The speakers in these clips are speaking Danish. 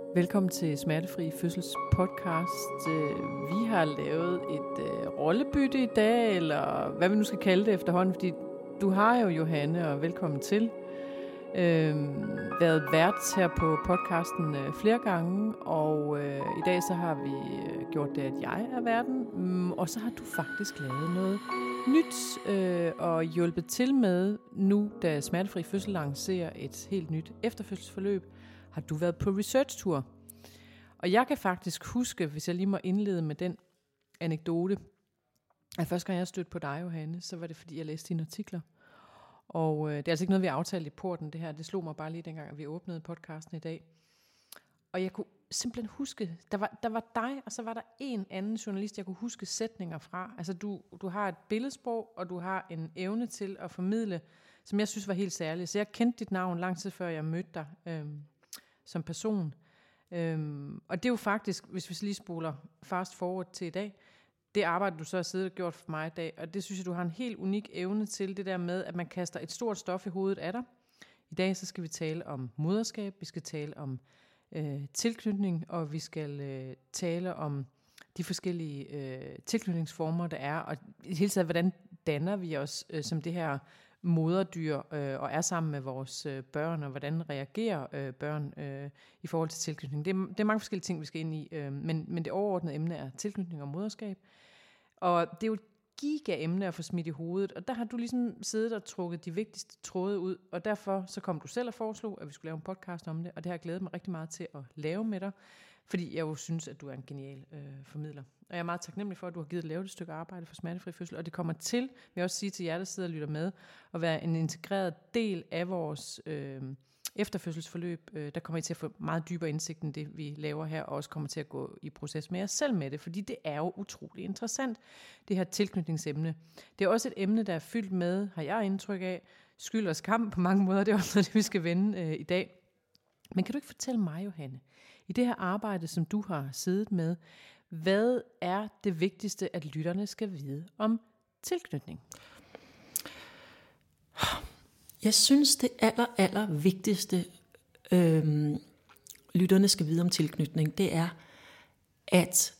Velkommen til Smertefri Fødsels podcast. Vi har lavet et rollebytte i dag, eller hvad vi nu skal kalde det efterhånden, fordi du har jo, Johanne, og velkommen til, været vært her på podcasten flere gange, og i dag så har vi gjort det, at jeg er værten, og så har du faktisk lavet noget nyt og hjulpet til med nu, da Smertefri Fødsel lancerer et helt nyt efterfødselsforløb, har du været på research-tur. Og jeg kan faktisk huske, hvis jeg lige må indlede med den anekdote, at første gang jeg stødte på dig, Johanne, så var det fordi, jeg læste dine artikler. Og det er altså ikke noget, vi har aftalt i porten, det her. Det slog mig bare lige dengang, at vi åbnede podcasten i dag. Og jeg kunne simpelthen huske, der var dig, og så var der en anden journalist, jeg kunne huske sætninger fra. Altså du har et billedsprog, og du har en evne til at formidle, som jeg synes var helt særlig. Så jeg kendte dit navn lang tid før jeg mødte dig som person. Og det er jo faktisk, hvis vi lige spoler fast forward til i dag, det arbejde, du så har siddet og gjort for mig i dag, og det synes jeg, du har en helt unik evne til, det der med, at man kaster et stort stof i hovedet af dig. I dag så skal vi tale om moderskab, vi skal tale om tilknytning, og vi skal tale om de forskellige tilknytningsformer, der er, og i det hele taget, hvordan danner vi os som det her moderdyr og er sammen med vores børn, og hvordan reagerer børn i forhold til tilknytning. Det er mange forskellige ting, vi skal ind i, men det overordnede emne er tilknytning og moderskab. Og det er jo et giga-emne at få smidt i hovedet, og der har du ligesom siddet og trukket de vigtigste tråde ud, og derfor så kom du selv og foreslog, at vi skulle lave en podcast om det, og det har jeg glædet mig rigtig meget til at lave med dig, fordi jeg jo synes, at du er en genial formidler. Og jeg er meget taknemmelig for, at du har givet lavet et stykke arbejde for Smertefri Fødsel, og det kommer til, vil jeg også sige til jer, der sidder og lytter med, at være en integreret del af vores efterfødselsforløb. Der kommer I til at få meget dybere indsigt end det, vi laver her, og også kommer til at gå i proces med jer selv med det, fordi det er jo utrolig interessant, det her tilknytningsemne. Det er også et emne, der er fyldt med, har jeg indtryk af, skyld og skam på mange måder. Det er også noget, det vi skal vende i dag. Men kan du ikke fortælle mig, Johanne, i det her arbejde, som du har siddet med, hvad er det vigtigste, at lytterne skal vide om tilknytning? Jeg synes, det aller vigtigste, lytterne skal vide om tilknytning, det er, at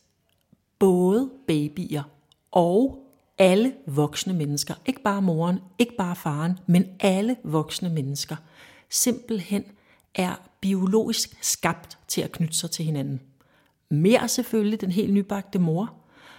både babyer og alle voksne mennesker, ikke bare moren, ikke bare faren, men alle voksne mennesker, simpelthen er biologisk skabt til at knytte sig til hinanden. Mere selvfølgelig den helt nybagte mor,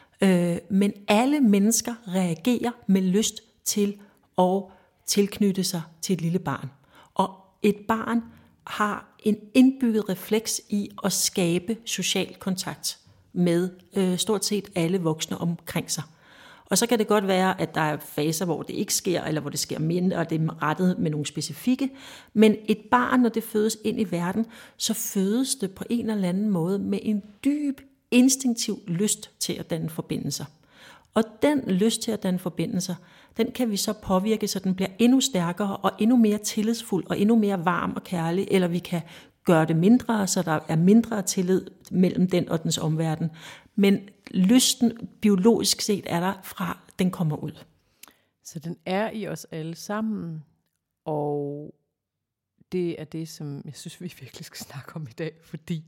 men alle mennesker reagerer med lyst til at tilknytte sig til et lille barn. Og et barn har en indbygget refleks i at skabe social kontakt med stort set alle voksne omkring sig. Og så kan det godt være, at der er faser, hvor det ikke sker, eller hvor det sker mindre, og det er rettet med nogle specifikke. Men et barn, når det fødes ind i verden, så fødes det på en eller anden måde med en dyb, instinktiv lyst til at danne forbindelser. Og den lyst til at danne forbindelser, den kan vi så påvirke, så den bliver endnu stærkere og endnu mere tillidsfuld og endnu mere varm og kærlig, eller vi kan gøre det mindre, så der er mindre tillid mellem den og dens omverden. Men lysten biologisk set er der fra, den kommer ud. Så den er i os alle sammen, og det er det, som jeg synes, vi virkelig skal snakke om i dag, fordi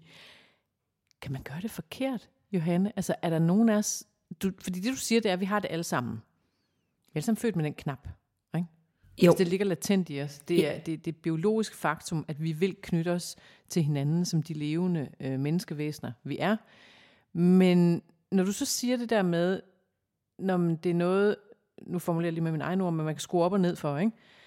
kan man gøre det forkert, Johanne? Altså er der nogen af os, fordi det du siger, det er, at vi har det alle sammen. Vi er alle sammen født med den knap, ikke? Jo. Altså, det ligger latent i os. Det er det biologiske faktum, at vi vil knytte os til hinanden som de levende menneskevæsener, vi er. Men når du så siger det der med, når det er noget, nu formulerer jeg lige med min egen ord, men man kan skrue op og ned for,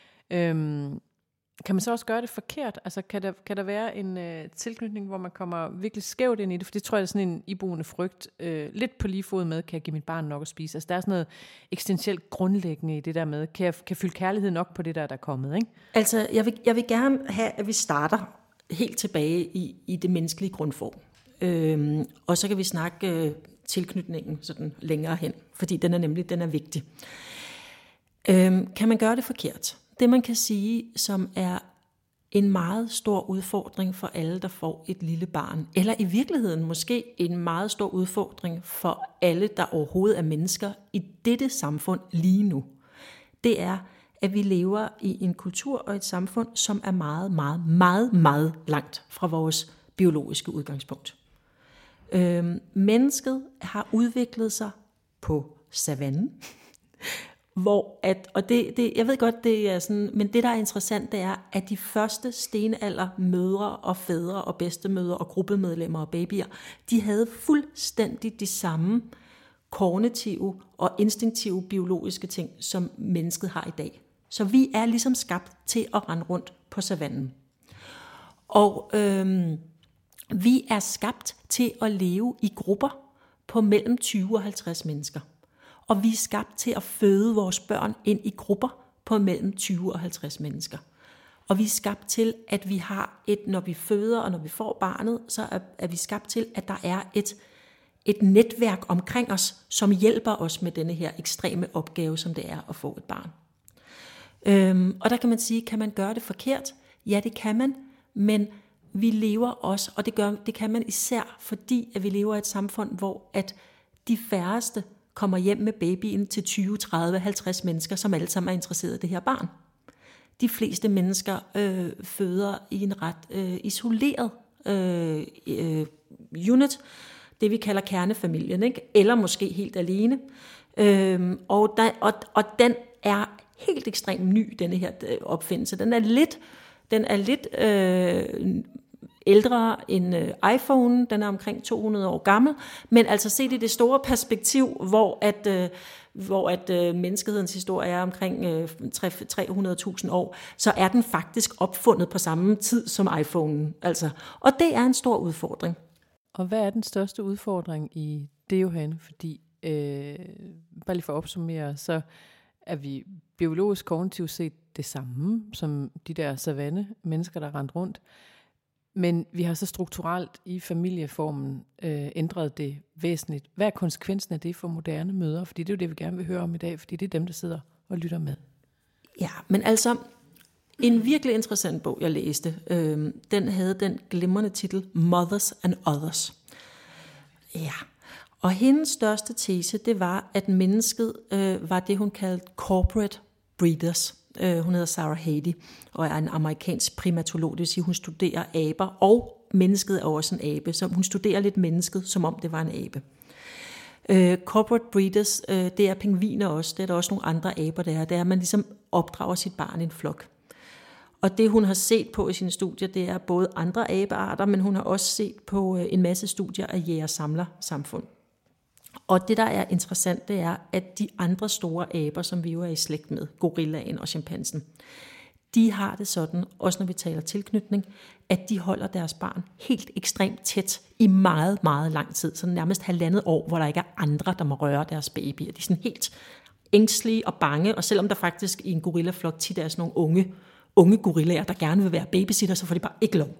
ikke? Kan man så også gøre det forkert? Altså kan der være en tilknytning, hvor man kommer virkelig skævt ind i det? For det tror jeg er sådan en iboende frygt. Lidt på lige fod med, kan jeg give mit barn nok at spise? Altså der er sådan noget eksistentielt grundlæggende i det der med, kan jeg fylde kærlighed nok på det der er kommet, ikke? Altså jeg vil gerne have, at vi starter helt tilbage i det menneskelige grundform. Og så kan vi snakke tilknytningen sådan længere hen, fordi den er vigtig. Kan man gøre det forkert? Det man kan sige, som er en meget stor udfordring for alle, der får et lille barn, eller i virkeligheden måske en meget stor udfordring for alle, der overhovedet er mennesker i dette samfund lige nu, det er, at vi lever i en kultur og et samfund, som er meget, meget, meget, meget langt fra vores biologiske udgangspunkt. Mennesket har udviklet sig på savannen, jeg ved godt, det er sådan, men det der er interessant, det er, at de første stenalder mødre og fædre og bedstemødre og gruppemedlemmer og babyer, de havde fuldstændig de samme kognitive og instinktive biologiske ting, som mennesket har i dag. Så vi er ligesom skabt til at rende rundt på savannen. Og vi er skabt til at leve i grupper på mellem 20 og 50 mennesker. Og vi er skabt til at føde vores børn ind i grupper på mellem 20 og 50 mennesker. Og vi er skabt til, at vi har når vi føder og når vi får barnet, så er vi skabt til, at der er et netværk omkring os, som hjælper os med denne her ekstreme opgave, som det er at få et barn. Og der kan man sige, kan man gøre det forkert? Ja, det kan man, men vi lever også, og det kan man især, fordi at vi lever i et samfund, hvor at de færreste kommer hjem med babyen til 20, 30, 50 mennesker, som alle sammen er interesseret i det her barn. De fleste mennesker føder i en ret isoleret unit, det vi kalder kernefamilien, ikke? Eller måske helt alene. Og den er helt ekstremt ny, denne her opfindelse. Den er lidt ældre end iPhone, den er omkring 200 år gammel, men altså set i det store perspektiv, hvor menneskehedens historie er omkring 300.000 år, så er den faktisk opfundet på samme tid som iPhone. Altså. Og det er en stor udfordring. Og hvad er den største udfordring i det, Johanne? Fordi, bare lige for at opsummere, så er vi biologisk kognitivt set det samme som de der savanne mennesker, der rendte rundt. Men vi har så strukturelt i familieformen ændret det væsentligt. Hvad er konsekvensen af det for moderne mødre? Fordi det er jo det, vi gerne vil høre om i dag, fordi det er dem, der sidder og lytter med. Ja, men altså, en virkelig interessant bog, jeg læste, den havde den glimrende titel Mothers and Others. Ja, og hendes største tese, det var, at mennesket var det, hun kaldte corporate breeders. Hun hedder Sarah Hadey og er en amerikansk primatolog, det vil sige, hun studerer aber, og mennesket er også en abe, så hun studerer lidt mennesket, som om det var en abe. Corporate breeders, det er pingviner også, det er der også nogle andre aber, det er, at man ligesom opdrager sit barn i en flok. Og det hun har set på i sine studier, det er både andre abearter, men hun har også set på en masse studier af jæger-samler-samfund. Og det, der er interessant, det er, at de andre store aber, som vi jo er i slægt med, gorillaen og chimpansen, de har det sådan, også når vi taler tilknytning, at de holder deres barn helt ekstremt tæt i meget, meget lang tid. Så nærmest 1,5 år, hvor der ikke er andre, der må røre deres babyer. De er sådan helt ængstlige og bange, og selvom der faktisk i en gorillaflok tit er sådan nogle unge gorillaer, der gerne vil være babysitter, så får de bare ikke lov.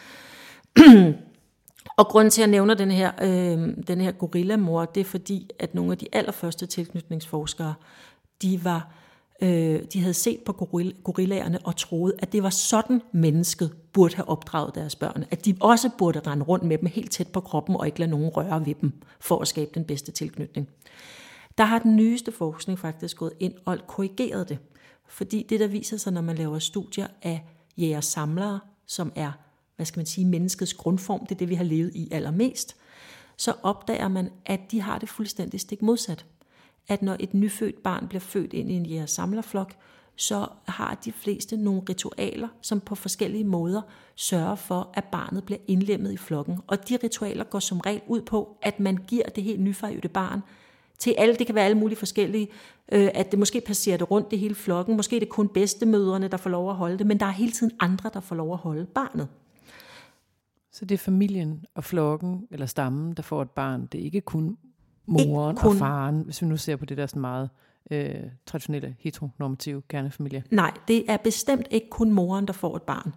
Og grunden til, at jeg nævner den her gorillamor, det er fordi, at nogle af de allerførste tilknytningsforskere, de havde set på gorillaerne og troede, at det var sådan, mennesket burde have opdraget deres børn. At de også burde rende rundt med dem helt tæt på kroppen og ikke lade nogen røre ved dem, for at skabe den bedste tilknytning. Der har den nyeste forskning faktisk gået ind og korrigeret det. Fordi det, der viser sig, når man laver studier af jæger-samlere, som er, menneskets grundform, det er det, vi har levet i allermest, så opdager man, at de har det fuldstændig stik modsat. At når et nyfødt barn bliver født ind i en jæger-samlerflok, så har de fleste nogle ritualer, som på forskellige måder sørger for, at barnet bliver indlemmet i flokken. Og de ritualer går som regel ud på, at man giver det helt nyfødte barn til alle, det kan være alle mulige forskellige, at det måske passerer det rundt i hele flokken, måske er det kun bedstemødrene, der får lov at holde det, men der er hele tiden andre, der får lov at holde barnet. Så det er familien og flokken, eller stammen, der får et barn, det er ikke kun moren og faren, hvis vi nu ser på det der sådan meget traditionelle, heteronormative kernefamilie. Nej, det er bestemt ikke kun moren, der får et barn.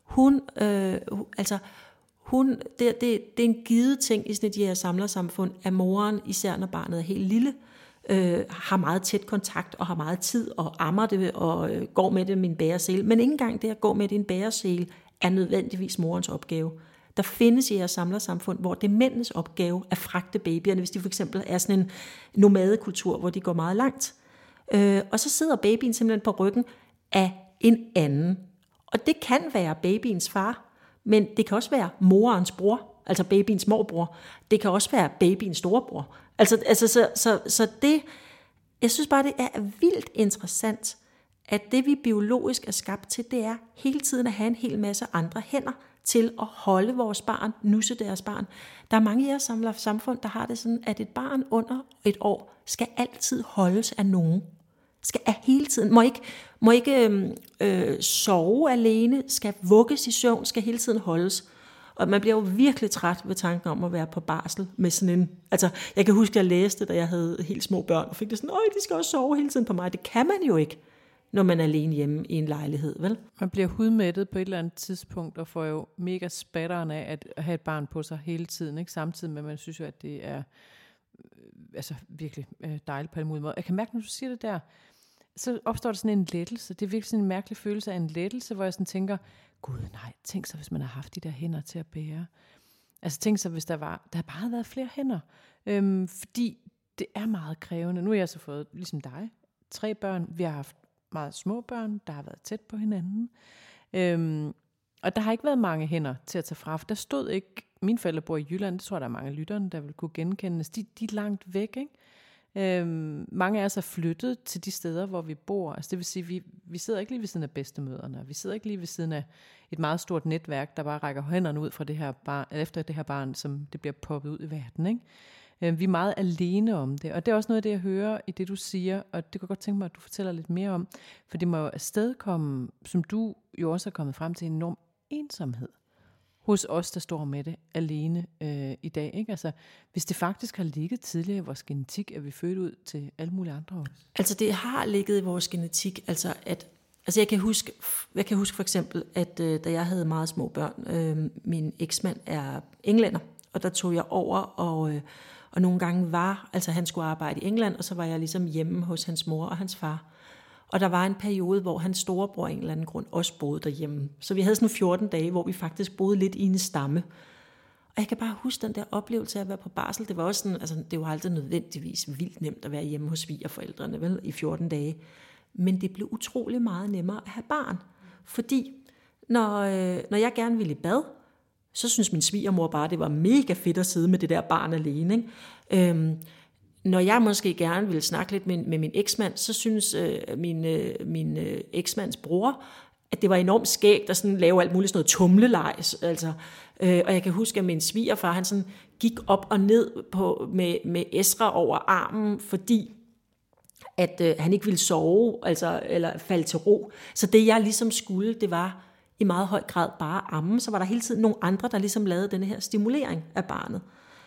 Det er en givet ting i sådan et jæger-samlersamfund, at moren, især når barnet er helt lille, har meget tæt kontakt og har meget tid og ammer det og går med det med en bæresele. Men ikke engang det at gå med det i en bæresele er nødvendigvis morens opgave. Der findes jæger-samlersamfund, hvor det er mændenes opgave at fragte babyerne, hvis de for eksempel er sådan en nomadekultur, hvor de går meget langt. Og så sidder babyen simpelthen på ryggen af en anden. Og det kan være babyens far, Men det kan også være morens bror, altså babyens morbror. Det kan også være babyens storebror. Så det, jeg synes bare, det er vildt interessant, at det vi biologisk er skabt til, det er hele tiden at have en hel masse andre hænder til at holde vores barn, nusse deres barn. Der er mange i jeres samfund, der har det sådan, at et barn under 1 år skal altid holdes af nogen. Skal hele tiden, må ikke sove alene, skal vugges i søvn, skal hele tiden holdes. Og man bliver jo virkelig træt ved tanken om at være på barsel med sådan en... Altså, jeg kan huske, at jeg læste, da jeg havde helt små børn, og fik det sådan, de skal også sove hele tiden på mig. Det kan man jo ikke, når man er alene hjemme i en lejlighed, vel? Man bliver hudmættet på et eller andet tidspunkt, og får jo mega spatteren af at have et barn på sig hele tiden, ikke? Samtidig med, at man synes jo, at det er virkelig dejligt på en måde. Jeg kan mærke, når du siger det der, så opstår der sådan en lettelse. Det er virkelig sådan en mærkelig følelse af en lettelse, hvor jeg sådan tænker, gud nej, tænk så, hvis man har haft de der hænder til at bære. Altså tænk så, hvis der bare havde været flere hænder. Fordi det er meget krævende. Nu har jeg så fået, ligesom dig, 3 børn. Vi har haft meget små børn, der har været tæt på hinanden. Og der har ikke været mange hænder til at tage fra, for der stod ikke, mine forældre bor i Jylland, det tror jeg, der er mange af lytterne, der vil kunne genkendes. De er langt væk, ikke? Mange af os er flyttet til de steder, hvor vi bor. Altså det vil sige, vi sidder ikke lige ved siden af bedstemødrene. Vi sidder ikke lige ved siden af et meget stort netværk, der bare rækker hænderne ud fra det her barn, efter det her barn, som det bliver poppet ud i verden, ikke? Vi er meget alene om det. Og det er også noget af det, jeg hører i det, du siger, og det kunne jeg godt tænke mig, at du fortæller lidt mere om. For det må jo afstedkomme, som du jo også er kommet frem til, en enorm ensomhed hos os, der står med det alene i dag, ikke? Altså, hvis det faktisk har ligget tidligere i vores genetik, er vi født ud til alle mulige andre også. Altså, det har ligget i vores genetik, jeg kan huske for eksempel, at da jeg havde meget små børn, min eksmand er englænder, og der tog jeg over, og nogle gange han skulle arbejde i England, og så var jeg ligesom hjemme hos hans mor og hans far. Og der var en periode, hvor hans storebror af en eller anden grund også boede derhjemme. Så vi havde sådan 14 dage, hvor vi faktisk boede lidt i en stamme. Og jeg kan bare huske den der oplevelse af at være på barsel. Det var også sådan, altså det var aldrig nødvendigvis vildt nemt at være hjemme hos svigerforældrene, vel, i 14 dage. Men det blev utrolig meget nemmere at have barn. Fordi når jeg gerne ville i bad, så synes min svigermor bare, det var mega fedt at sidde med det der barn alene, ikke? Når jeg måske gerne ville snakke lidt med min eksmand, så synes min eksmands bror, at det var enormt skægt at sådan lave alt muligt sådan noget tumleleg. Altså, og jeg kan huske, at min svigerfar, han sådan gik op og ned med Esra over armen, fordi at han ikke ville sove, altså, eller falde til ro. Så det jeg ligesom skulle, det var i meget høj grad bare amme. Så var der hele tiden nogle andre, der ligesom lavede denne her stimulering af barnet.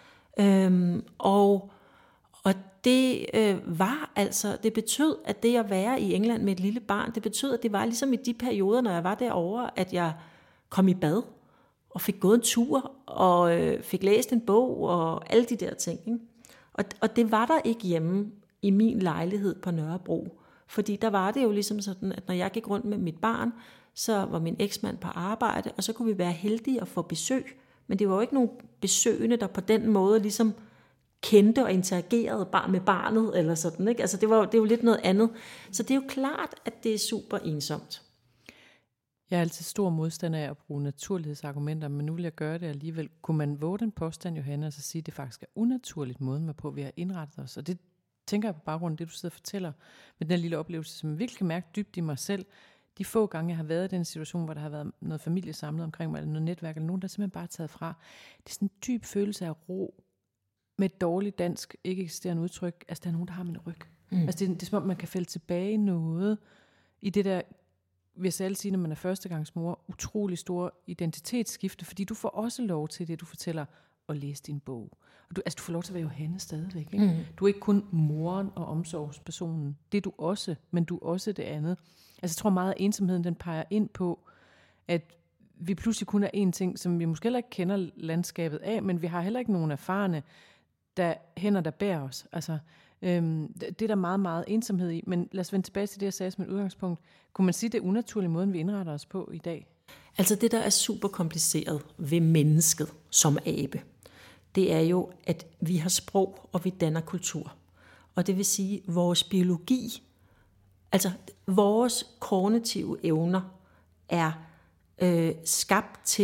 Og det det betød, at det at være i England med et lille barn, det betød, at det var ligesom i de perioder, når jeg var derovre, at jeg kom i bad, og fik gået en tur, og fik læst en bog, og alle de der ting, ikke? Og det var der ikke hjemme i min lejlighed på Nørrebro, fordi der var det jo ligesom sådan, at når jeg gik rundt med mit barn, så var min eksmand på arbejde, og så kunne vi være heldige at få besøg, men det var jo ikke nogen besøgende, der på den måde ligesom kendte og interagerede med barnet, eller sådan, ikke? Altså det er jo lidt noget andet. Så det er jo klart, at det er super ensomt. Jeg er altid stor modstander af at bruge naturlighedsargumenter, men nu vil jeg gøre det alligevel. Kunne man våge den påstand, Johanne, og så sige, at det faktisk er unaturligt måden, hvorpå vi har indrettet os? Og det tænker jeg på baggrund af det, du sidder og fortæller, med den her lille oplevelse, som jeg virkelig kan mærke dybt i mig selv. De få gange, jeg har været i den situation, hvor der har været noget familie samlet omkring mig, eller noget netværk, eller nogen, der simpelthen bare er taget fra. Det er sådan en dyb følelse af ro, med et dårligt dansk, ikke eksisterende udtryk. Altså, der er nogen, der har min ryg. Altså, det er som om, man kan falde tilbage i noget, i det der, hvis alle siger, når man er førstegangsmor, utrolig stor identitetsskifte, fordi du får også lov til det, du fortæller, at læse din bog. Og du får lov til at være Johanne stadigvæk, ikke? Du er ikke kun moren og omsorgspersonen. Det er du også, men du er også det andet. Altså, jeg tror meget, at ensomheden, den peger ind på, at vi pludselig kun er en ting, som vi måske heller ikke kender landskabet af, men vi har heller ikke nogen erfarne hænder, der bærer os. Altså, det er der meget, meget ensomhed i. Men lad os vende tilbage til det, jeg sagde som et udgangspunkt. Kunne man sige, det er unaturlig måden, vi indretter os på i dag? Altså det, der er super kompliceret ved mennesket som abe, det er jo, at vi har sprog, og vi danner kultur. Og det vil sige, at vores biologi, altså vores kognitive evner, er skabt til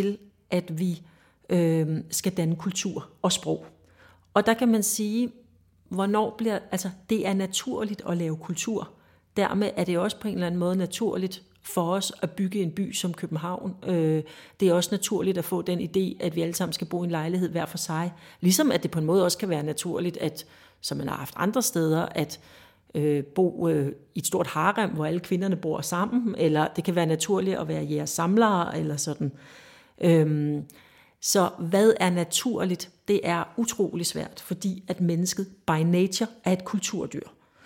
at vi skal danne kultur og sprog. Og der kan man sige, hvornår bliver, altså det er naturligt at lave kultur. Dermed er det også på en eller anden måde naturligt for os at bygge en by som København. Det er også naturligt at få den idé, at vi alle sammen skal bo i en lejlighed hver for sig. Ligesom at det på en måde også kan være naturligt, at, som man har haft andre steder, at bo i et stort harem, hvor alle kvinderne bor sammen, eller det kan være naturligt at være jægersamlere, eller sådan. Så hvad er naturligt? Det er utrolig svært, fordi at mennesket by nature er et kulturdyr.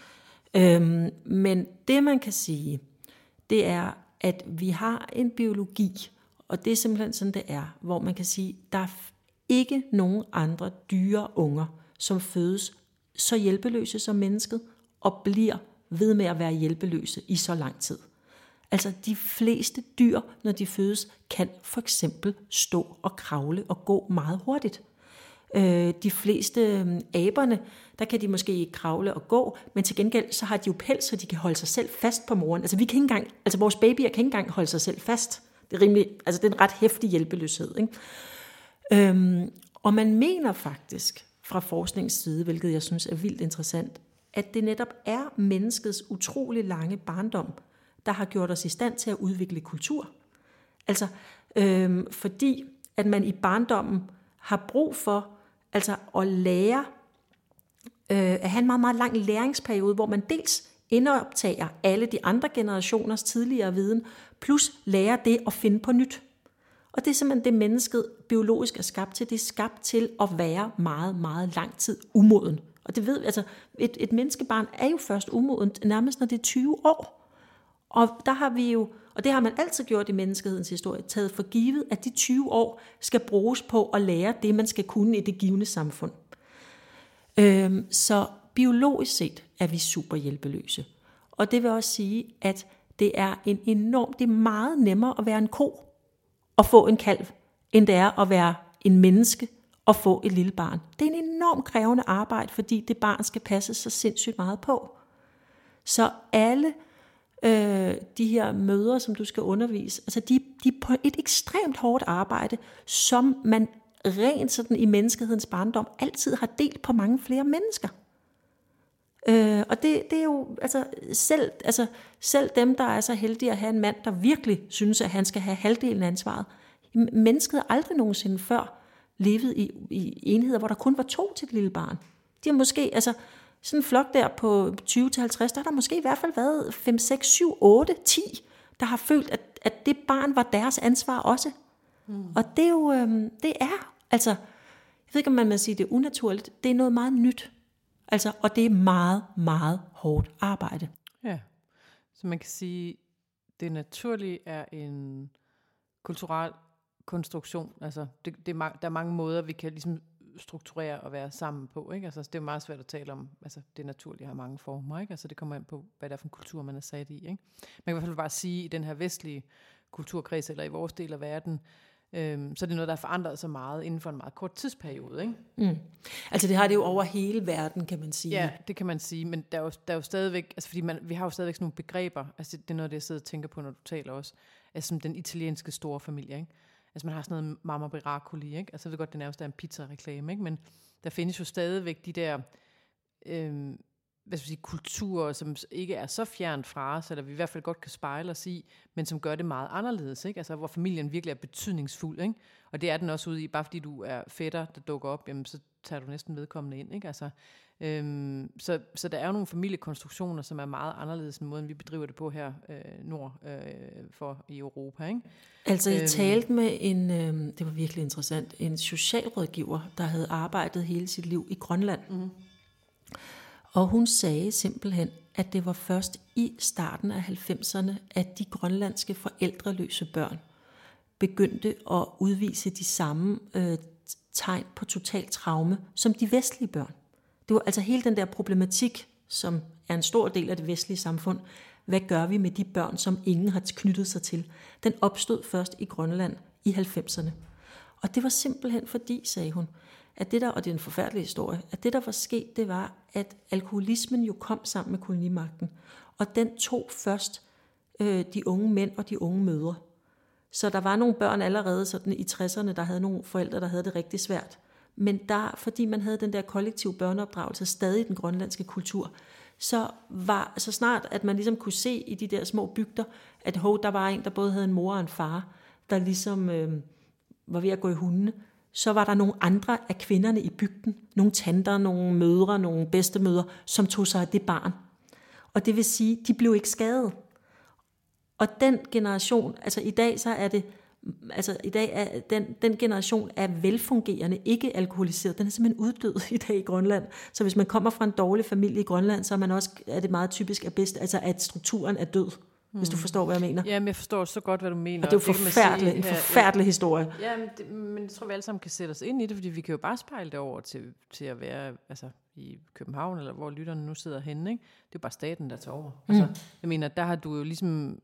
Men det man kan sige, det er, at vi har en biologi, og det er simpelthen sådan det er, hvor man kan sige, der er ikke nogen andre dyre unger, som fødes så hjælpeløse som mennesket, og bliver ved med at være hjælpeløse i så lang tid. Altså de fleste dyr, når de fødes, kan for eksempel stå og kravle og gå meget hurtigt. De fleste aberne, der kan de måske ikke kravle og gå, men til gengæld så har de jo pels, så de kan holde sig selv fast på moren. Altså vi kan ikke engang, altså vores babyer kan ikke engang holde sig selv fast. Det er rimelig, altså det er en ret heftig hjælpeløshed, ikke? Og man mener faktisk fra forskningens side, hvilket jeg synes er vildt interessant, at det netop er menneskets utrolig lange barndom, der har gjort os i stand til at udvikle kultur. Altså fordi at man i barndommen har brug for altså at lære, at have en meget, meget lang læringsperiode, hvor man dels indoptager alle de andre generationers tidligere viden, plus lærer det at finde på nyt. Og det er simpelthen det, mennesket biologisk er skabt til. Det er skabt til at være meget, meget lang tid umoden. Og det ved vi, altså et menneskebarn er jo først umoden nærmest, når det er 20 år. Og der har vi jo, og det har man altid gjort i menneskehedens historie, taget for givet, at de 20 år skal bruges på at lære det, man skal kunne i det givne samfund. Så biologisk set er vi super hjælpeløse. Og det vil også sige, at det er det er meget nemmere at være en ko og få en kalv, end det er at være en menneske og få et lille barn. Det er en enormt krævende arbejde, fordi det barn skal passe så sindssygt meget på. Så alle de her mødre, som du skal undervise, altså de er på et ekstremt hårdt arbejde, som man rent sådan i menneskehedens barndom altid har delt på mange flere mennesker. Og det er jo selv dem, der er så heldige at have en mand, der virkelig synes, at han skal have halvdelen af ansvaret. Mennesket har aldrig nogensinde før levet i enheder, hvor der kun var 2 til et lille barn. De har måske, altså sådan en flok der på 20-50, der har der måske i hvert fald været 5, 6, 7, 8, 10, der har følt, at det barn var deres ansvar også. Og det er jo, det er, altså, jeg ved ikke, om man må sige, det er unaturligt, det er noget meget nyt. Altså, og det er meget, meget hårdt arbejde. Ja, så man kan sige, det naturlige er en kulturel konstruktion. Altså, der er mange måder, vi kan ligesom strukturere og være sammen på, ikke? Altså, det er meget svært at tale om, altså, det naturlige har mange former, ikke? Altså, det kommer an på, hvad det er for en kultur, man er sat i, ikke? Man kan i hvert fald bare sige, i den her vestlige kulturkreds, eller i vores del af verden, så er det noget, der har forandret sig meget inden for en meget kort tidsperiode, ikke? Altså det har det jo over hele verden, kan man sige. Ja, det kan man sige, men der er jo stadigvæk, altså fordi vi har jo stadigvæk sådan nogle begreber, altså det er noget, det jeg sidder og tænker på, når du taler også, altså som den italienske store familie, ikke? Altså man har sådan noget Mamma Miracoli, ikke? Altså jeg ved godt, det nærmest er en pizza-reklame, ikke? Men der findes jo stadigvæk de der hvad skal jeg sige, kulturer, som ikke er så fjernt fra os, eller vi i hvert fald godt kan spejle os i, men som gør det meget anderledes, ikke? Altså hvor familien virkelig er betydningsfuld, ikke? Og det er den også ude i, bare fordi du er fætter, der dukker op, jamen så tager du næsten vedkommende ind, ikke? Altså, så der er jo nogle familiekonstruktioner, som er meget anderledes end måden, vi bedriver det på her nord for i Europa, ikke? Altså jeg talte med en, det var virkelig interessant, en socialrådgiver, der havde arbejdet hele sit liv i Grønland. Og hun sagde simpelthen, at det var først i starten af 90'erne, at de grønlandske forældreløse børn begyndte at udvise de samme tegn på total traume som de vestlige børn. Det var altså hele den der problematik, som er en stor del af det vestlige samfund. Hvad gør vi med de børn, som ingen har knyttet sig til? Den opstod først i Grønland i 90'erne. Og det var simpelthen fordi, sagde hun, at det der, og det er en forfærdelig historie, at det der var sket, det var, at alkoholismen jo kom sammen med kolonimagten, og den tog først de unge mænd og de unge mødre. Så der var nogle børn allerede sådan i 60'erne, der havde nogle forældre, der havde det rigtig svært. Men fordi man havde den der kollektive børneopdragelse, stadig i den grønlandske kultur, så snart, at man ligesom kunne se i de der små bygder, at der var en, der både havde en mor og en far, der ligesom var ved at gå i hundene, så var der nogle andre af kvinderne i bygden, nogle tanter, nogle mødre, nogle bedstemødre, som tog sig af det barn. Og det vil sige, de blev ikke skadet. Og den generation, altså i dag så er det, altså i dag er den generation af velfungerende, ikke alkoholiseret, den er simpelthen uddød i dag i Grønland. Så hvis man kommer fra en dårlig familie i Grønland, så er det meget typisk at strukturen er død. Hvis du forstår, hvad jeg mener. Jamen, jeg forstår så godt, hvad du mener. Og det er jo en forfærdelig historie. Ja, men jeg tror, vi alle sammen kan sætte os ind i det, fordi vi kan jo bare spejle det over til at være i København, eller hvor lytterne nu sidder henne. Ikke? Det er jo bare staten, der tager over. Altså, jeg mener, der har du jo ligesom...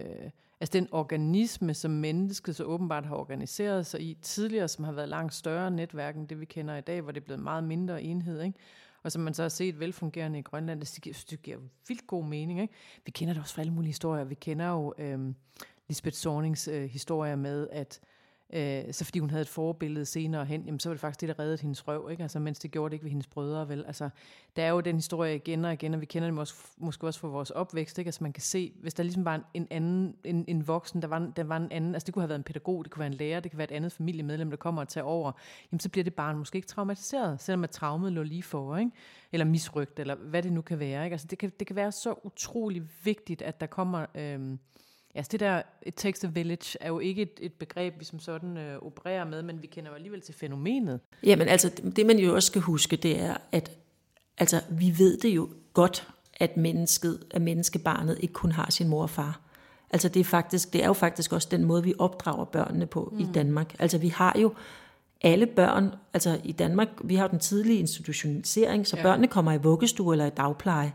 den organisme, som mennesket så åbenbart har organiseret sig i tidligere, som har været langt større netværk end det, vi kender i dag, hvor det er blevet meget mindre enhed, ikke? Og som man så har set velfungerende i Grønland, det giver vildt god mening, ikke? Vi kender det også fra alle mulige historier. Vi kender jo Lisbeth Zornings historier med, at så fordi hun havde et forbillede senere hen, jamen, så var det faktisk det, der reddede hendes røv, ikke? Altså, mens det gjorde det ikke ved hendes brødre, vel? Altså, der er jo den historie igen og igen, og vi kender dem måske også fra vores opvækst, ikke? Altså, man kan se, hvis der ligesom var en voksen, der var en anden, altså det kunne have været en pædagog, det kunne være en lærer, det kan være et andet familiemedlem, der kommer og tager over, jamen så bliver det barn måske ikke traumatiseret, selvom at traumet lå lige for, ikke? Eller misrygt, eller hvad det nu kan være, ikke? Altså, det kan være så utrolig vigtigt, at der kommer... Altså det der, it takes a village, er jo ikke et begreb, vi som sådan opererer med, men vi kender jo alligevel til fænomenet. Jamen altså, det man jo også skal huske, det er, at altså, vi ved det jo godt, at menneskebarnet ikke kun har sin mor og far. Altså det er jo faktisk også den måde, vi opdrager børnene på i Danmark. Altså vi har jo alle børn, altså i Danmark, vi har jo den tidlige institutionalisering, så børnene kommer i vuggestue eller i dagpleje.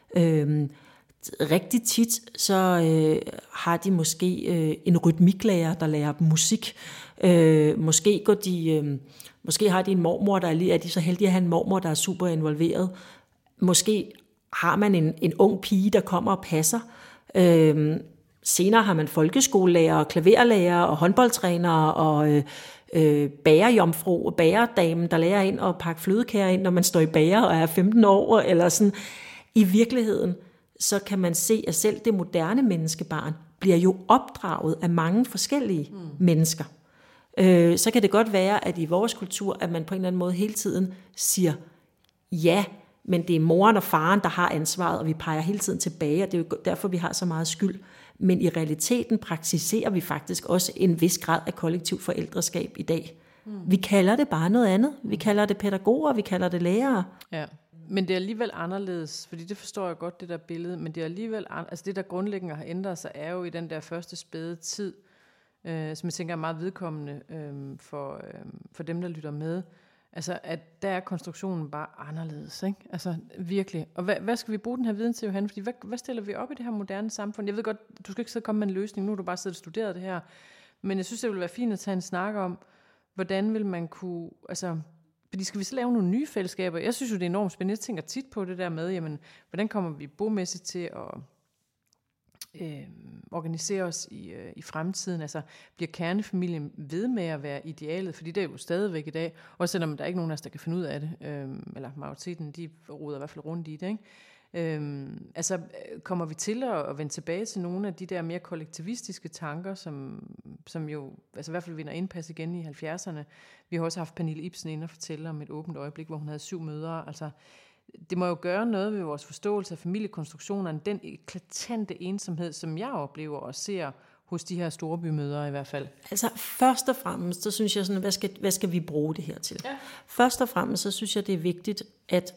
Rigtig tit, så har de måske en rytmiklærer, der lærer dem musik. Måske har de en mormor, er de så heldige at have en mormor, der er super involveret. Måske har man en ung pige, der kommer og passer. Senere har man folkeskolelærer, klaverlærer og håndboldtrænere og bagerjomfru og bagerdamen, der lærer ind at pakke flødekager ind, når man står i bager og er 15 år. Eller sådan. I virkeligheden så kan man se, at selv det moderne menneskebarn bliver jo opdraget af mange forskellige mennesker. Så kan det godt være, at i vores kultur, at man på en eller anden måde hele tiden siger, ja, men det er moren og faren, der har ansvaret, og vi peger hele tiden tilbage, og det er jo derfor, vi har så meget skyld. Men i realiteten praktiserer vi faktisk også en vis grad af kollektiv forældreskab i dag. Vi kalder det bare noget andet. Vi kalder det pædagoger, vi kalder det lærere. Ja. Men det er alligevel anderledes, fordi det forstår jeg godt, det der billede, men det er alligevel, altså det der grundlæggende har ændret sig, er jo i den der første spæde tid, som jeg tænker er meget vedkommende for dem, der lytter med. Altså, at der er konstruktionen bare anderledes, ikke? Altså, virkelig. Og hvad skal vi bruge den her viden til, Johan? Fordi hvad stiller vi op i det her moderne samfund? Jeg ved godt, du skal ikke sidde og komme med en løsning, nu har du bare siddet og studeret det her, men jeg synes, det ville være fint at tage en snak om, hvordan vil man kunne, altså... Fordi skal vi så lave nogle nye fællesskaber? Jeg synes jo, det er enormt spændende. Jeg tænker tit på det der med, jamen, hvordan kommer vi bomæssigt til at organisere os i fremtiden? Altså, bliver kernefamilien ved med at være idealet? Fordi det er jo stadigvæk i dag, også selvom der er ikke nogen af os, der kan finde ud af det, eller majoriteten, de roder i hvert fald rundt i det, ikke? Altså kommer vi til at vende tilbage til nogle af de der mere kollektivistiske tanker, som jo altså i hvert fald vinder indpas igen i 70'erne. Vi har også haft Pernille Ibsen inde og fortælle om et åbent øjeblik, hvor hun havde 7 mødre. Altså det må jo gøre noget ved vores forståelse af familiekonstruktionerne, den eklatante ensomhed, som jeg oplever og ser hos de her storbymødre i hvert fald. Altså først og fremmest, så synes jeg sådan, hvad skal vi bruge det her til? Ja. Først og fremmest, så synes jeg, det er vigtigt, at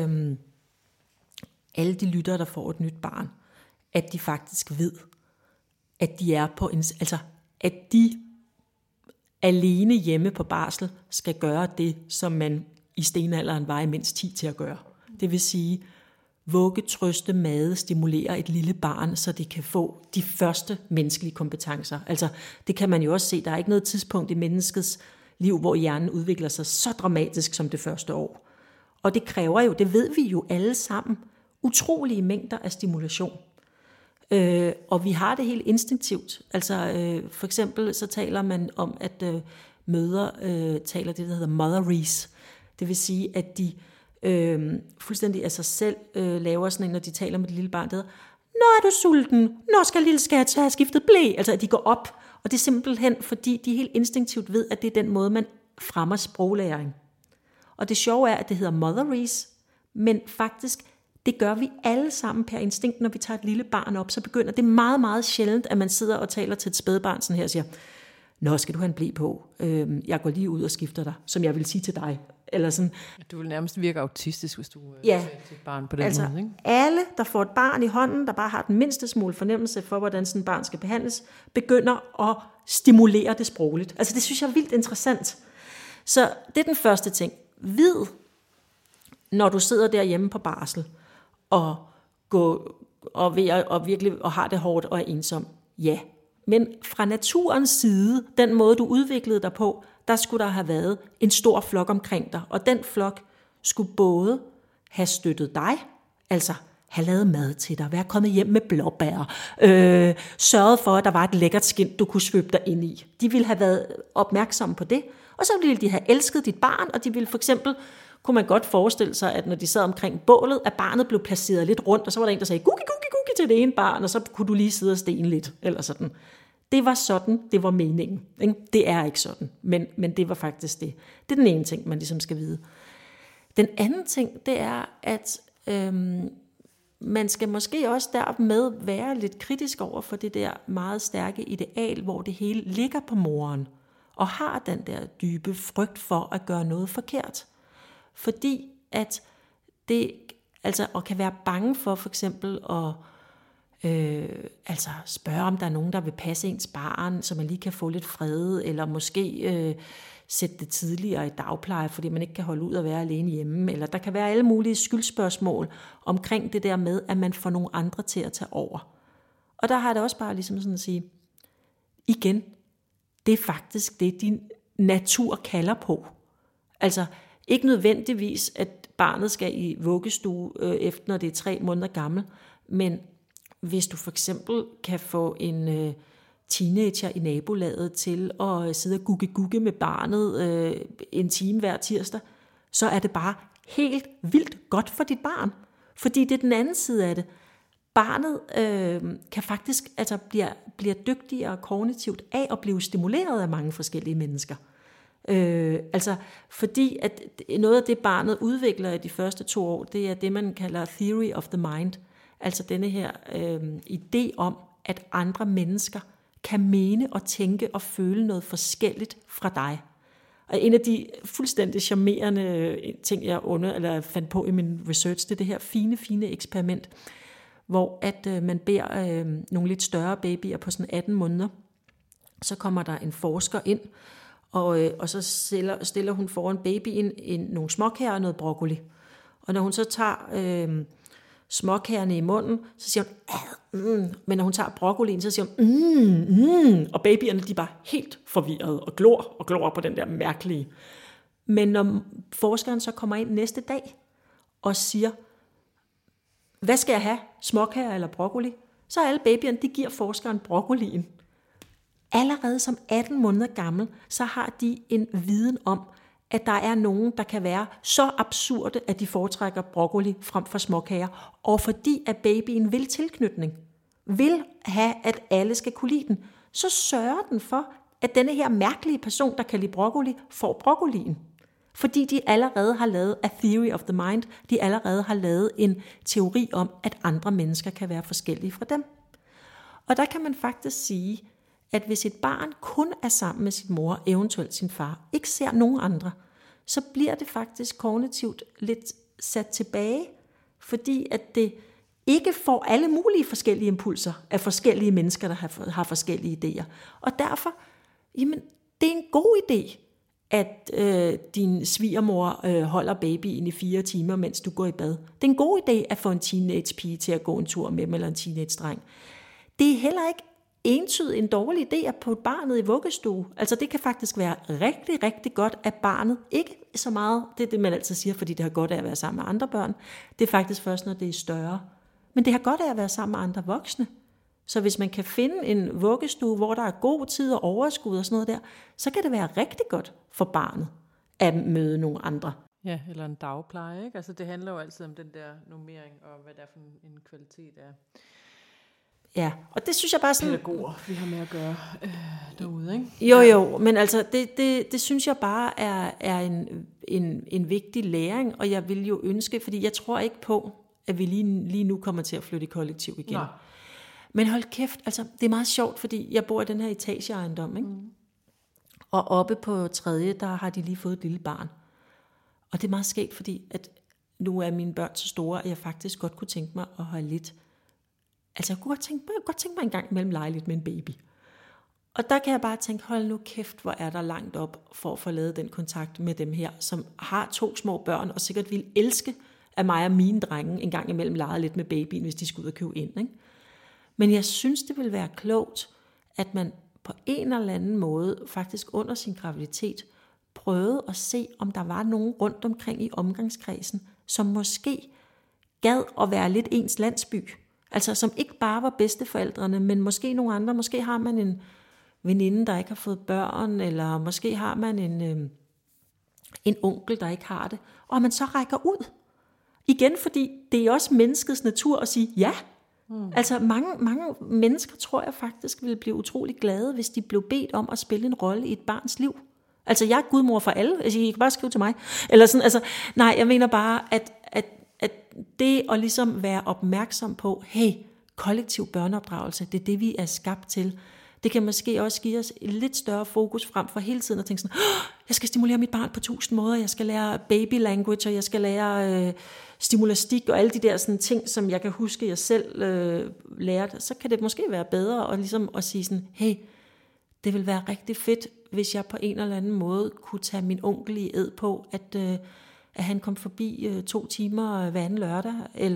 alle de lyttere, der får et nyt barn, at de faktisk ved, at de er på at de alene hjemme på barsel skal gøre det, som man i stenalderen var i mindst 10 til at gøre. Det vil sige, vugge, trøste, made, stimulere et lille barn, så det kan få de første menneskelige kompetencer. Altså, det kan man jo også se, der er ikke noget tidspunkt i menneskets liv, hvor hjernen udvikler sig så dramatisk som det første år. Og det kræver jo, det ved vi jo alle sammen, utrolige mængder af stimulation. Og vi har det helt instinktivt. Altså for eksempel så taler man om, at mødre taler det, der hedder motherese. Det vil sige, at de fuldstændig af sig selv laver sådan en, når de taler med det lille barn, der hedder, nå er du sulten, nå skal lille skat have skiftet ble. Altså at de går op, og det er simpelthen, fordi de helt instinktivt ved, at det er den måde, man fremmer sproglæring. Og det sjove er, at det hedder motherese, men faktisk, det gør vi alle sammen per instinkt, når vi tager et lille barn op, så begynder det meget, meget sjældent, at man sidder og taler til et spædbarn sådan her og siger, nå, skal du have en ble på? Jeg går lige ud og skifter dig, som jeg vil sige til dig. Eller sådan. Du vil nærmest virke autistisk, hvis du ja, til et barn på den altså, måde. Ikke? Alle, der får et barn i hånden, der bare har den mindste smule fornemmelse for, hvordan sådan et barn skal behandles, begynder at stimulere det sprogligt. Altså det synes jeg er vildt interessant. Så det er den første ting. Vid, når du sidder derhjemme på barsel, og virkelig har det hårdt og er ensom. Ja, men fra naturens side, den måde du udviklede dig på, der skulle der have været en stor flok omkring dig, og den flok skulle både have støttet dig, altså have lavet mad til dig, være kommet hjem med blåbær, sørget for, at der var et lækkert skind, du kunne svøbe dig ind i. De ville have været opmærksomme på det, og så ville de have elsket dit barn, og de ville for eksempel, kunne man godt forestille sig, at når de sad omkring bålet, at barnet blev placeret lidt rundt, og så var der en, der sagde, gugi, gugi, gugi til det ene barn, og så kunne du lige sidde og stene lidt, eller sådan. Det var sådan, det var meningen. Ikke? Det er ikke sådan, men det var faktisk det. Det er den ene ting, man ligesom skal vide. Den anden ting, det er, at man skal måske også dermed være lidt kritisk over for det der meget stærke ideal, hvor det hele ligger på moren, og har den der dybe frygt for at gøre noget forkert. Fordi at det, altså, og kan være bange for eksempel at spørge, om der er nogen, der vil passe ens barn, så man lige kan få lidt fred, eller måske sætte det tidligere i dagpleje, fordi man ikke kan holde ud at være alene hjemme, eller der kan være alle mulige skyldspørgsmål omkring det der med, at man får nogle andre til at tage over. Og der har det også bare ligesom sådan at sige, igen, det er faktisk det, din natur kalder på. Altså, ikke nødvendigvis, at barnet skal i vuggestue efter, når det er 3 måneder gammel, men hvis du for eksempel kan få en teenager i nabolaget til at sidde og gugge med barnet en time hver tirsdag, så er det bare helt vildt godt for dit barn. Fordi det er den anden side af det. Barnet kan faktisk bliver dygtigere kognitivt af at blive stimuleret af mange forskellige mennesker. Fordi at noget af det barnet udvikler i de første 2 år, det er det man kalder theory of the mind. Altså denne her idé om, at andre mennesker kan mene og tænke og føle noget forskelligt fra dig. Og en af de fuldstændig charmerende ting, jeg fandt på i min research, det er det her fine eksperiment, hvor at man beder nogle lidt større babyer på sådan 18 måneder. Så kommer der en forsker ind, og så stiller hun foran babyen nogle småkager og noget broccoli. Og når hun så tager småkagerne i munden, så siger hun, men når hun tager broccolien, så siger hun, og babyerne, de er bare helt forvirrede og glor på den der mærkelige. Men når forskeren så kommer ind næste dag og siger, hvad skal jeg have, småkager eller broccoli? Så alle babyerne, de giver forskeren broccolien. Allerede som 18 måneder gammel, så har de en viden om, at der er nogen, der kan være så absurde, at de foretrækker broccoli frem for småkager. Og fordi at babyen vil tilknytning, vil have, at alle skal kunne lide den, så sørger den for, at denne her mærkelige person, der kan lide broccoli, får broccolien. Fordi de allerede har lavet a theory of the mind, de allerede har lavet en teori om, at andre mennesker kan være forskellige fra dem. Og der kan man faktisk sige, at hvis et barn kun er sammen med sin mor, eventuelt sin far, ikke ser nogen andre, så bliver det faktisk kognitivt lidt sat tilbage, fordi at det ikke får alle mulige forskellige impulser af forskellige mennesker, der har forskellige idéer. Og derfor, jamen, det er en god idé, at din svigermor holder babyen i 4 timer, mens du går i bad. Det er en god idé at få en teenage-pige til at gå en tur med, eller en teenage-dreng. Det er heller ikke entydigt en dårlig idé at putte barnet i vuggestue. Altså det kan faktisk være rigtig, rigtig godt, at barnet ikke så meget, det er det man altid siger, fordi det har godt af at være sammen med andre børn. Det er faktisk først, når det er større. Men det har godt af at være sammen med andre voksne. Så hvis man kan finde en vuggestue, hvor der er god tid og overskud og sådan noget der, så kan det være rigtig godt for barnet at møde nogle andre. Ja, eller en dagpleje, ikke? Altså det handler jo altid om den der normering, og hvad det er for en kvalitet er. Ja, og det synes jeg bare sådan... Pædagoger, vi har med at gøre derude, ikke? Jo, men altså det synes jeg bare er en vigtig læring, og jeg vil jo ønske, fordi jeg tror ikke på, at vi lige nu kommer til at flytte i kollektiv igen. Nej. Men hold kæft, altså det er meget sjovt, fordi jeg bor i den her etageejendom, ikke? Og oppe på 3., der har de lige fået et lille barn. Og det er meget skægt, fordi at nu er mine børn så store, at jeg faktisk godt kunne tænke mig at have lidt... Altså jeg kunne godt tænke mig en gang imellem lege lidt med en baby. Og der kan jeg bare tænke, hold nu kæft, hvor er der langt op for at få lavet den kontakt med dem her, som har 2 små børn, og sikkert vil elske, at mig og mine drenge en gang imellem legede lidt med babyen, hvis de skulle ud og købe ind. Ikke? Men jeg synes, det vil være klogt, at man på en eller anden måde, faktisk under sin graviditet, prøvede at se, om der var nogen rundt omkring i omgangskredsen, som måske gad at være lidt ens landsby. Altså som ikke bare var bedsteforældrene, men måske nogle andre. Måske har man en veninde, der ikke har fået børn, eller måske har man en onkel, der ikke har det. Og man så rækker ud. Igen, fordi det er også menneskets natur at sige ja. Altså mange mennesker, tror jeg faktisk, ville blive utrolig glade, hvis de blev bedt om at spille en rolle i et barns liv. Altså jeg er gudmor for alle, altså, I kan bare skrive til mig. Eller sådan, altså, nej, jeg mener bare, at det at ligesom være opmærksom på, hey, kollektiv børneopdragelse, det er det, vi er skabt til. Det kan måske også give os et lidt større fokus frem for hele tiden at tænke sådan, jeg skal stimulere mit barn på 1000 måder, jeg skal lære baby language, og jeg skal lære stimulastik og alle de der sådan ting, som jeg kan huske, jeg selv lærte. Så kan det måske være bedre at, ligesom at sige sådan, hey, det vil være rigtig fedt, hvis jeg på en eller anden måde kunne tage min onkel i ed på, at han kom forbi 2 timer hver anden lørdag,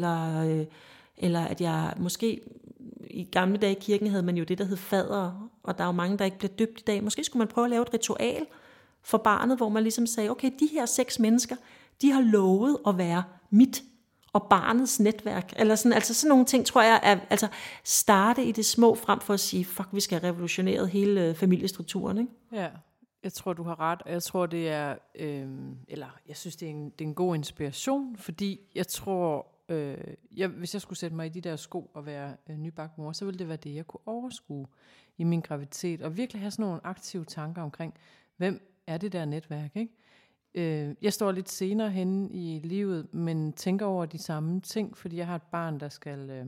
eller at jeg måske, i gamle dage i kirken havde man jo det, der hed fader, og der er jo mange, der ikke bliver døbt i dag. Måske skulle man prøve at lave et ritual for barnet, hvor man ligesom sagde, okay, de her 6 mennesker, de har lovet at være mit og barnets netværk, eller sådan, altså sådan nogle ting, tror jeg, er, altså starte i det små, frem for at sige, fuck, vi skal have revolutioneret hele familiestrukturen, ikke? Ja. Jeg tror, du har ret, og jeg tror, det er, eller jeg synes, det er en god inspiration, fordi jeg tror, hvis jeg skulle sætte mig i de der sko og være nybagt mor, så ville det være det, jeg kunne overskue i min graviditet, og virkelig have sådan nogle aktive tanker omkring, hvem er det der netværk, ikke? Jeg står lidt senere henne i livet, men tænker over de samme ting, fordi jeg har et barn, der skal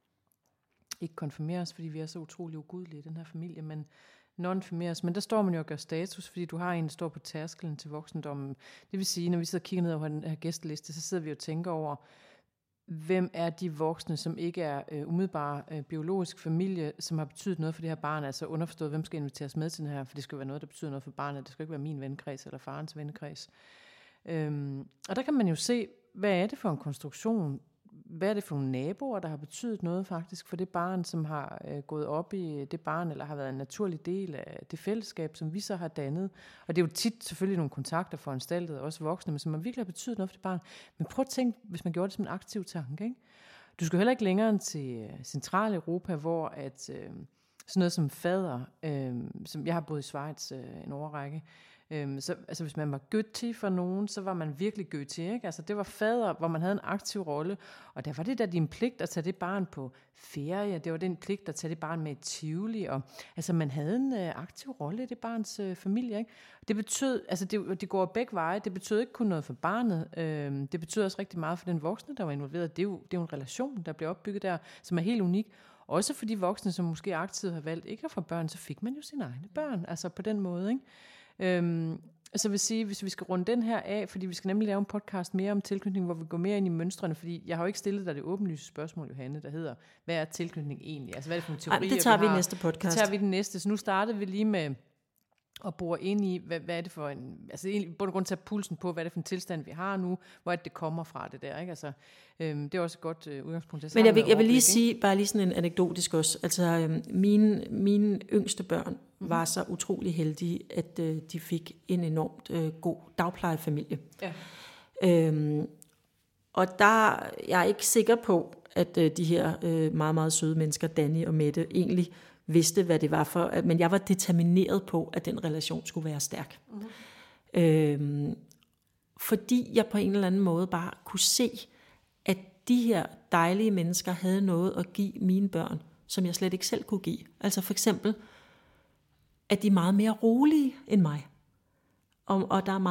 ikke konfirmeres, fordi vi er så utrolig ugudelige i den her familie, men non-formeres, men der står man jo og gør status, fordi du har en, der står på tærskelen til voksendommen. Det vil sige, når vi sidder og kigger ned over den her gæsteliste, så sidder vi og tænker over, hvem er de voksne, som ikke er umiddelbare biologisk familie, som har betydet noget for det her barn, altså underforstået, hvem skal inviteres med til den her, for det skal være noget, der betyder noget for barnet, det skal ikke være min vennekreds eller farens vennekreds. Og der kan man jo se, hvad er det for en konstruktion, hvad er det for nogle naboer, der har betydet noget faktisk for det barn, som har gået op i det barn, eller har været en naturlig del af det fællesskab, som vi så har dannet. Og det er jo tit selvfølgelig nogle kontakter foranstaltet, også voksne, men som har virkelig betydet noget for det barn. Men prøv at tænke, hvis man gjorde det som en aktiv tanke, ikke? Du skal heller ikke længere end til Centraleuropa, hvor at, sådan noget som fader, som jeg har boet i Schweiz en årrække, så, altså hvis man var Götti for nogen, så var man virkelig Götti, ikke? Altså det var fader, hvor man havde en aktiv rolle, og der var det der din pligt at tage det barn på ferie, det var den pligt at tage det barn med i Tivoli, og altså man havde en aktiv rolle i det barns familie, ikke? Det betød, altså det går begge veje, det betød ikke kun noget for barnet, det betød også rigtig meget for den voksne, der var involveret. Det er jo en relation, der blev opbygget der, som er helt unik. Også for de voksne, som måske aktivt har valgt ikke at få børn, så fik man jo sine egne børn, altså på den måde, ikke? Så vil sige, hvis vi skal runde den her af, fordi vi skal nemlig lave en podcast mere om tilknytning, hvor vi går mere ind i mønstrene, fordi jeg har jo ikke stillet dig det åbenlyse spørgsmål, Johanne, der hedder, hvad er tilknytning egentlig? Altså hvad er det for nogle teorier, det tager vi i næste podcast. Det tager vi den næste, så nu startede vi lige med at bore ind i, hvad er det for en, altså egentlig bund og grund til at pulsen på, hvad er det for en tilstand, vi har nu, hvor er det kommer fra det der, ikke? Altså, det er også et godt udgangspunkt. Men jeg vil lige sige, bare lige sådan en anekdotisk også, altså mine yngste børn var så utrolig heldige, at de fik en enormt god dagplejefamilie. Ja. Og der jeg er ikke sikker på, at de her meget, meget søde mennesker, Danny og Mette, egentlig vidste, hvad det var for. Men jeg var determineret på, at den relation skulle være stærk. Fordi jeg på en eller anden måde bare kunne se, at de her dejlige mennesker havde noget at give mine børn, som jeg slet ikke selv kunne give. Altså for eksempel, at de er meget mere rolige end mig. Og der er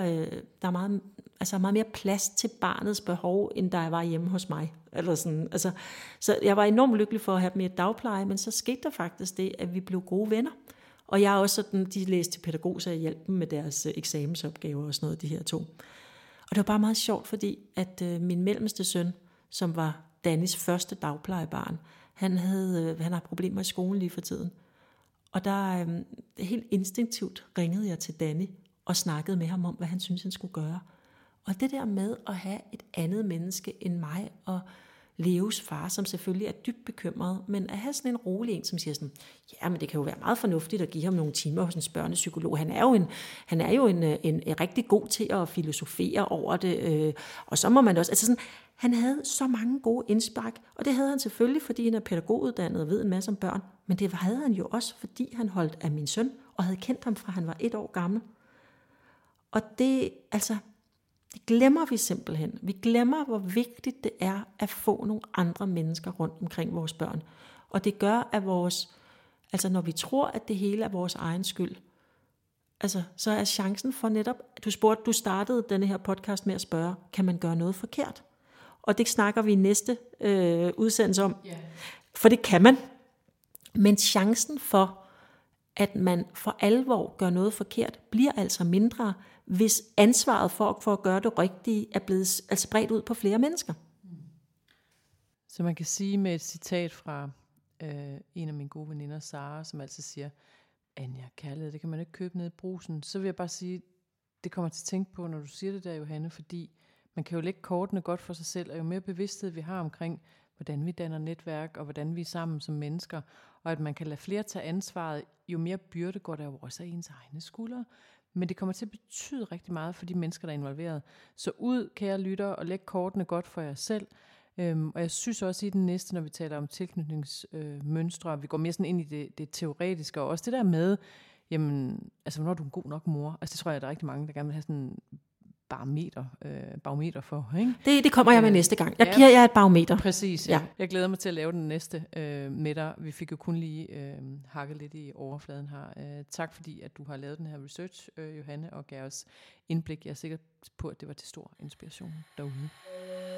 meget mere plads til barnets behov, end der var hjemme hos mig. Eller sådan. Altså, så jeg var enormt lykkelig for at have dem i et dagpleje, men så skete der faktisk det, at vi blev gode venner. Og jeg er også sådan, de læste til pædagog, så jeg hjalp dem med deres eksamensopgaver og sådan noget, de her to. Og det var bare meget sjovt, fordi at min mellemste søn, som var Dannys første dagplejebarn, han har problemer i skolen lige for tiden. Og der helt instinktivt ringede jeg til Danny og snakkede med ham om, hvad han syntes, han skulle gøre. Og det der med at have et andet menneske end mig, og Leos far, som selvfølgelig er dybt bekymret, men at have sådan en rolig en, som siger sådan, ja, men det kan jo være meget fornuftigt at give ham nogle timer hos en børnepsykolog. Han er jo en rigtig god til at filosofere over det, og så må man også, altså sådan, han havde så mange gode indspark, og det havde han selvfølgelig, fordi han er pædagoguddannet og ved en masse om børn, men det havde han jo også, fordi han holdt af min søn, og havde kendt ham fra han var 1 år gammel. Og det glemmer vi simpelthen. Vi glemmer, hvor vigtigt det er at få nogle andre mennesker rundt omkring vores børn. Og det gør, at når vi tror, at det hele er vores egen skyld, så er chancen for netop, du startede denne her podcast med at spørge, kan man gøre noget forkert? Og det snakker vi i næste udsendelse om. Yeah. For det kan man. Men chancen for, at man for alvor gør noget forkert, bliver altså mindre, hvis ansvaret for at gøre det rigtige er blevet spredt ud på flere mennesker. Så man kan sige med et citat fra en af mine gode veninder, Sara, som altid siger, Anja, kærlighed, det kan man ikke købe nede i Brugsen. Så vil jeg bare sige, det kommer til at tænke på, når du siger det der, Johanne, fordi man kan jo lægge kortene godt for sig selv, og jo mere bevidsthed vi har omkring, hvordan vi danner netværk, og hvordan vi er sammen som mennesker, og at man kan lade flere tage ansvaret, jo mere byrde går der jo også af ens egne skuldre. Men det kommer til at betyde rigtig meget for de mennesker, der er involveret. Så ud, kære lytter, og læg kortene godt for jer selv. Og jeg synes også i den næste, når vi taler om tilknytningsmønstre, vi går mere sådan ind i det teoretiske, og også det der med, jamen, altså hvornår er du en god nok mor? Altså det tror jeg, der er rigtig mange, der gerne vil have sådan barometer for, ikke? Det kommer jeg med næste gang. Jeg giver jer et barometer. Præcis, ja. Jeg glæder mig til at lave den næste med dig. Vi fik jo kun lige hakket lidt i overfladen her. Tak fordi, at du har lavet den her research, Johanne, og gav os indblik. Jeg er sikker på, at det var til stor inspiration derude.